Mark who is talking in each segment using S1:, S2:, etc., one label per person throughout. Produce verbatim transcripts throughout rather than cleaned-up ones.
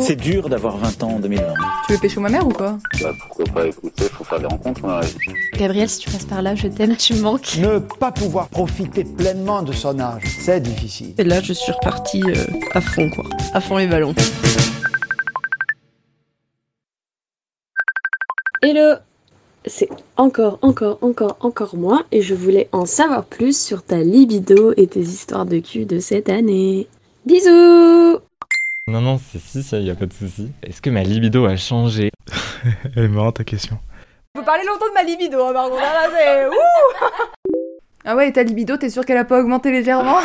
S1: C'est dur d'avoir vingt ans en deux mille vingt.
S2: Tu veux pécho ma mère ou quoi?
S3: Bah pourquoi pas, écouter, faut faire des rencontres dans la vie.
S4: Gabriel, si tu passes par là, je t'aime, tu me manques.
S5: Ne pas pouvoir profiter pleinement de son âge, c'est difficile.
S6: Et là, je suis repartie euh, à fond, quoi. À fond les ballons.
S7: Hello! C'est encore, encore, encore, encore moi et je voulais en savoir plus sur ta libido et tes histoires de cul de cette année. Bisous!
S8: Non, non, c'est si, ça, y a pas de souci. Est-ce que ma libido a changé?
S9: Elle est marrante ta question.
S2: On peut parler longtemps de ma libido, hein, par contre, là, c'est... Ouh. Ah ouais, et ta libido, t'es sûre qu'elle a pas augmenté légèrement?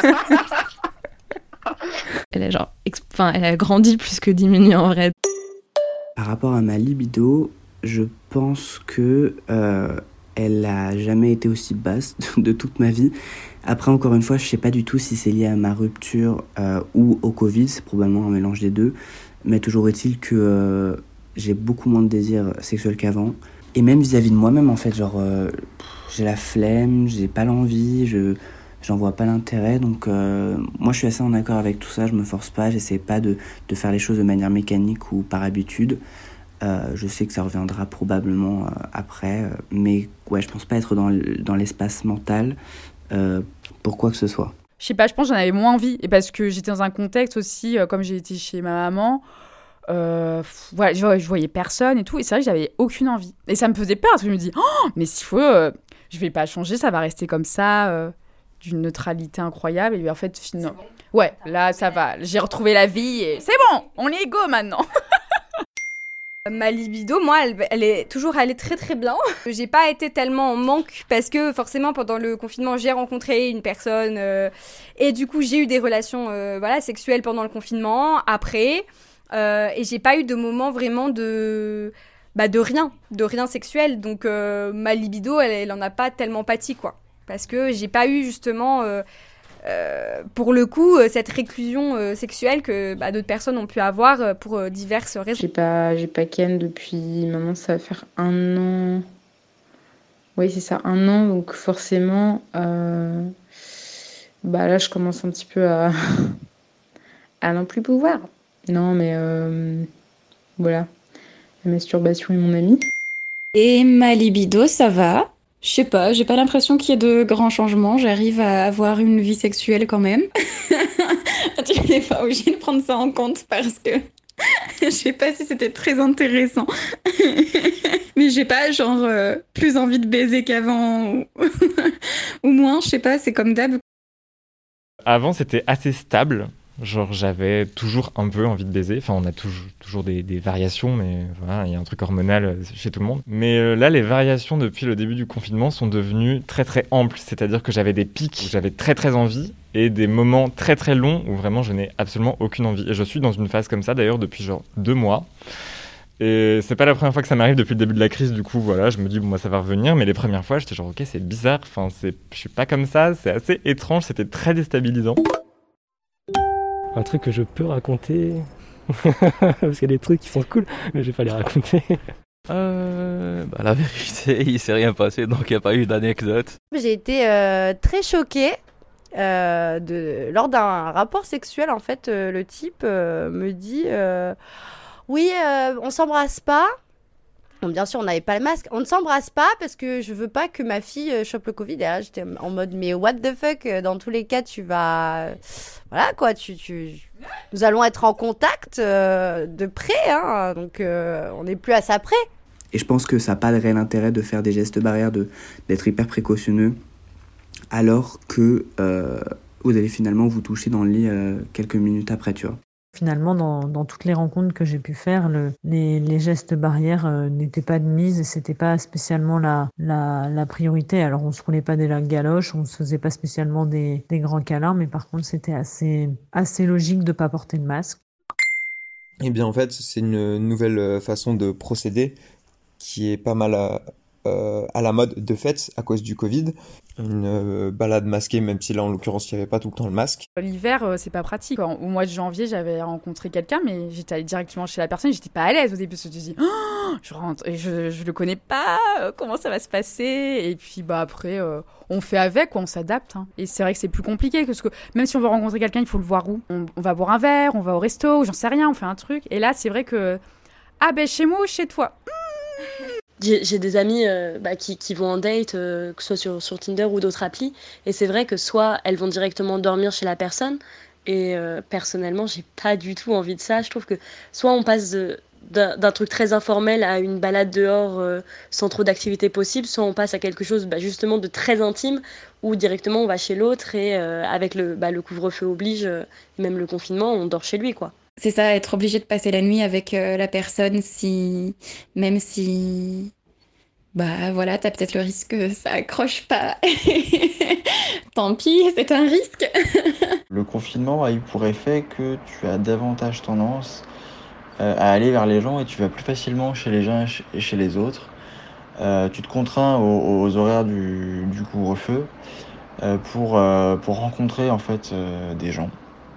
S4: Elle a genre... Exp... Enfin, elle a grandi plus que diminué en vrai.
S10: Par rapport à ma libido, je pense que euh, elle a jamais été aussi basse de toute ma vie. Après, encore une fois, je sais pas du tout si c'est lié à ma rupture euh, ou au Covid, c'est probablement un mélange des deux. Mais toujours est-il que euh, j'ai beaucoup moins de désir sexuel qu'avant. Et même vis-à-vis de moi-même, en fait, genre, euh, j'ai la flemme, j'ai pas l'envie, je j'en vois pas l'intérêt. Donc, euh, moi, je suis assez en accord avec tout ça, je me force pas, j'essaie pas de, de faire les choses de manière mécanique ou par habitude. Euh, je sais que ça reviendra probablement euh, après, euh, mais ouais, je pense pas être dans, dans l'espace mental euh, pour quoi que ce soit.
S11: Je sais pas, je pense que j'en avais moins envie, et parce que j'étais dans un contexte aussi, euh, comme j'ai été chez ma maman, euh, voilà, je, je voyais personne et tout, et c'est vrai que j'avais aucune envie. Et ça me faisait peur, parce que je me dis, oh, mais s'il faut, euh, je vais pas changer, ça va rester comme ça, euh, d'une neutralité incroyable, et en fait, finalement... Bon, ouais, là, ça va, j'ai retrouvé la vie, et c'est bon, on est égaux maintenant.
S12: Ma libido, moi, elle, elle est toujours allée très très bien. J'ai pas été tellement en manque parce que forcément pendant le confinement j'ai rencontré une personne euh, et du coup j'ai eu des relations euh, voilà sexuelles pendant le confinement. Après euh, et j'ai pas eu de moment vraiment de bah de rien, de rien sexuel. Donc euh, ma libido, elle, elle en a pas tellement pâti quoi, parce que j'ai pas eu justement euh, Euh, pour le coup, euh, cette réclusion euh, sexuelle que bah, d'autres personnes ont pu avoir euh, pour euh, diverses raisons.
S13: J'ai pas, j'ai pas ken depuis maintenant, ça va faire un an. Oui, c'est ça, un an. Donc forcément, euh, bah là, je commence un petit peu à, à n'en plus pouvoir. Non, mais euh, voilà, la masturbation est mon amie.
S14: Et ma libido, ça va. Je sais pas, j'ai pas l'impression qu'il y ait de grands changements. J'arrive à avoir une vie sexuelle quand même. Tu n'es pas obligé de prendre ça en compte parce que je sais pas si c'était très intéressant. Mais j'ai pas genre euh, plus envie de baiser qu'avant ou, ou moins, je sais pas, c'est comme d'hab.
S8: Avant, c'était assez stable. Genre, j'avais toujours un peu envie de baiser. Enfin, on a toujours, toujours des, des variations, mais voilà, il y a un truc hormonal chez tout le monde. Mais euh, là, les variations depuis le début du confinement sont devenues très très amples. C'est-à-dire que j'avais des pics où j'avais très très envie et des moments très très longs où vraiment je n'ai absolument aucune envie. Et je suis dans une phase comme ça d'ailleurs depuis genre deux mois. Et c'est pas la première fois que ça m'arrive depuis le début de la crise, du coup, voilà, je me dis, bon, moi, ça va revenir. Mais les premières fois, j'étais genre, ok, c'est bizarre. Enfin, c'est... je suis pas comme ça, c'est assez étrange, c'était très déstabilisant.
S15: Un truc que je peux raconter, parce qu'il y a des trucs qui sont cool, mais je vais pas les raconter.
S16: Euh, bah la vérité, il s'est rien passé, donc il n'y a pas eu d'anecdote.
S17: J'ai été euh, très choquée euh, de, lors d'un rapport sexuel. En fait, euh, le type euh, me dit euh, oui, euh, on s'embrasse pas. Bon, bien sûr, on n'avait pas le masque. On ne s'embrasse pas parce que je veux pas que ma fille euh, chope le Covid. Et là, j'étais en mode, mais what the fuck, dans tous les cas, tu vas... Voilà, quoi, tu... tu... Nous allons être en contact euh, de près, hein. Donc euh, on n'est plus à ça près.
S10: Et je pense que ça n'a pas de réel intérêt de faire des gestes barrières, de, d'être hyper précautionneux, alors que euh, vous allez finalement vous toucher dans le lit euh, quelques minutes après, tu vois.
S18: Finalement, dans, dans toutes les rencontres que j'ai pu faire, le, les, les gestes barrières euh, n'étaient pas de mise et c'était pas spécialement la, la, la priorité. Alors, on se roulait pas des lacs galoches, on se faisait pas spécialement des, des grands câlins, mais par contre, c'était assez, assez logique de pas porter de masque.
S19: Eh bien, en fait, c'est une nouvelle façon de procéder qui est pas mal à, euh, à la mode de fait à cause du Covid. Une euh, balade masquée, même si là en l'occurrence il n'y avait pas tout le temps le masque.
S11: L'hiver, euh, c'est pas pratique. Au mois de janvier, j'avais rencontré quelqu'un, mais j'étais allée directement chez la personne. J'étais pas à l'aise au début, parce que je me dis, oh, je rentre et je, je le connais pas. euh, Comment ça va se passer? Et puis bah après, euh, on fait avec, quoi, on s'adapte. Hein. Et c'est vrai que c'est plus compliqué parce que même si on veut rencontrer quelqu'un, il faut le voir où. On, on va boire un verre, on va au resto, j'en sais rien, on fait un truc. Et là, c'est vrai que ah ben chez moi ou chez toi.
S7: J'ai, j'ai des amis euh, bah, qui, qui vont en date, euh, que ce soit sur, sur Tinder ou d'autres applis, et c'est vrai que soit elles vont directement dormir chez la personne, et euh, personnellement, j'ai pas du tout envie de ça. Je trouve que soit on passe de, d'un, d'un truc très informel à une balade dehors euh, sans trop d'activité possible, soit on passe à quelque chose bah, justement de très intime, où directement on va chez l'autre, et euh, avec le, bah, le couvre-feu oblige, euh, et même le confinement, on dort chez lui, quoi.
S14: C'est ça, être obligé de passer la nuit avec euh, la personne, si même si bah voilà, t'as peut-être le risque que ça accroche pas. Tant pis, c'est un risque.
S20: Le confinement a eu pour effet que tu as davantage tendance euh, à aller vers les gens et tu vas plus facilement chez les uns et chez les autres. Euh, tu te contrains aux, aux horaires du, du couvre-feu euh, pour, euh, pour rencontrer en fait euh, des gens.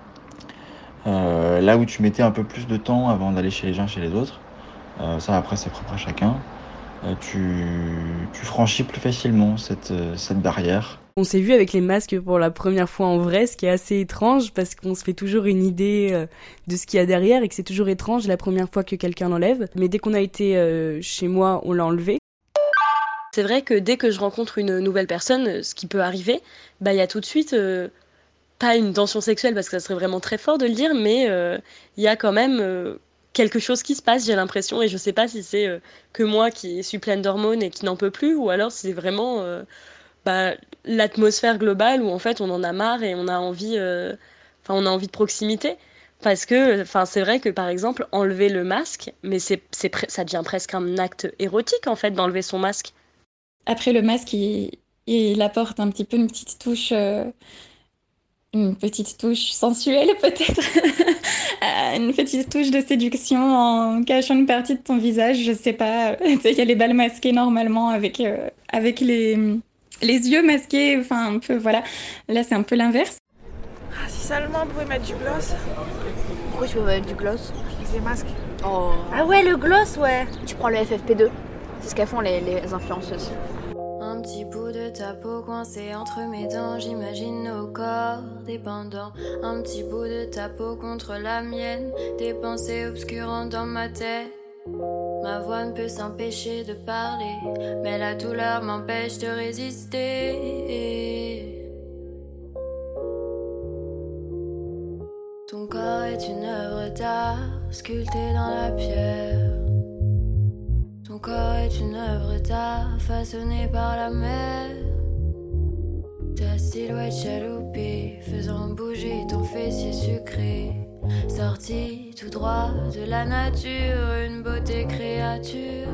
S20: Euh, là où tu mettais un peu plus de temps avant d'aller chez les uns chez les autres, euh, ça après c'est propre à chacun, euh, tu, tu franchis plus facilement cette, cette barrière.
S21: On s'est vu avec les masques pour la première fois en vrai, ce qui est assez étrange parce qu'on se fait toujours une idée euh, de ce qu'il y a derrière et que c'est toujours étrange la première fois que quelqu'un l'enlève. Mais dès qu'on a été euh, chez moi, on l'a enlevé.
S7: C'est vrai que dès que je rencontre une nouvelle personne, ce qui peut arriver, bah il y a tout de suite... Euh, pas une tension sexuelle parce que ça serait vraiment très fort de le dire, mais il euh, y a quand même euh, quelque chose qui se passe, j'ai l'impression, et je sais pas si c'est euh, que moi qui suis pleine d'hormones et qui n'en peut plus, ou alors si c'est vraiment euh, bah, l'atmosphère globale où en fait on en a marre et on a envie, enfin euh, on a envie de proximité. Parce que, enfin, c'est vrai que par exemple enlever le masque, mais c'est, c'est pre- ça devient presque un acte érotique en fait d'enlever son masque.
S14: Après le masque, il, il apporte un petit peu une petite touche. Euh... Une petite touche sensuelle peut-être, une petite touche de séduction en cachant une partie de ton visage, je sais pas. Tu sais, il y a les balles masquées normalement avec, euh, avec les, les yeux masqués, enfin un peu voilà. Là c'est un peu l'inverse.
S22: Ah, si seulement on pouvait mettre du gloss.
S23: Pourquoi tu veux mettre du gloss?
S22: Les masques.
S23: Oh.
S17: Ah ouais, le gloss, ouais.
S23: Tu prends le F F P deux, c'est ce qu'elles font les, les influenceuses.
S24: Un petit bout de ta peau coincé entre mes dents, j'imagine nos corps dépendants. Un petit bout de ta peau contre la mienne, des pensées obscurantes dans ma tête. Ma voix ne peut s'empêcher de parler, mais la douleur m'empêche de résister. Ton corps est une œuvre d'art sculptée dans la pierre. Ton corps est une œuvre d'art façonnée par la mer. Ta silhouette chaloupée faisant bouger ton fessier sucré. Sorti tout droit de la nature, une beauté créature.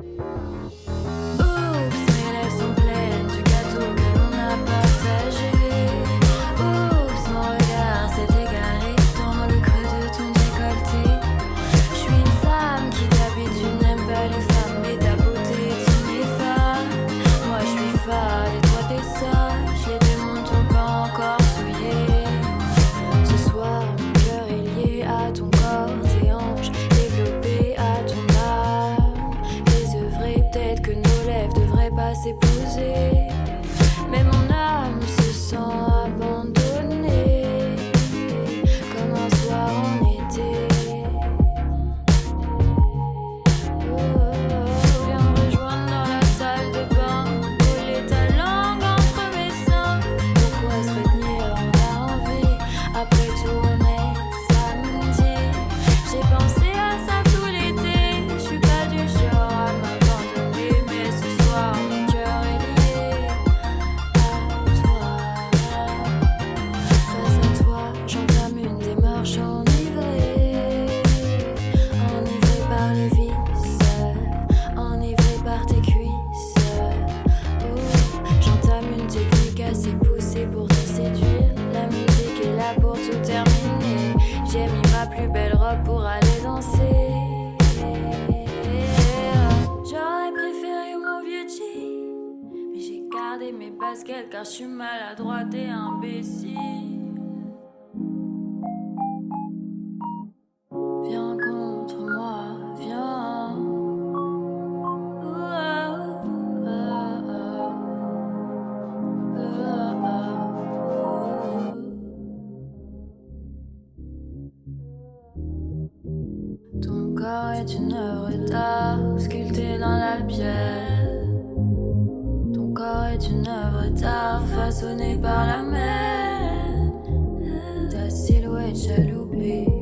S24: Oups, mes lèvres sont pleines du gâteau que l'on a partagé. Oups, mon regard s'est égaré dans le creux de ton décolleté. Je suis une femme qui d'habitude n'aime pas les femmes. Et toi t'es sage, les démons t'ont pas encore souillé. Ce soir mon cœur est lié à ton corps, tes hanches développées à ton âme. Désœuvré, peut-être que nos lèvres belle car je suis maladroite et imbécile. Viens contre moi, viens. Ton corps est une œuvre d'art sculptée dans la pierre. Ton corps est une œuvre d'art façonnée par la mer. Ta silhouette chaloupée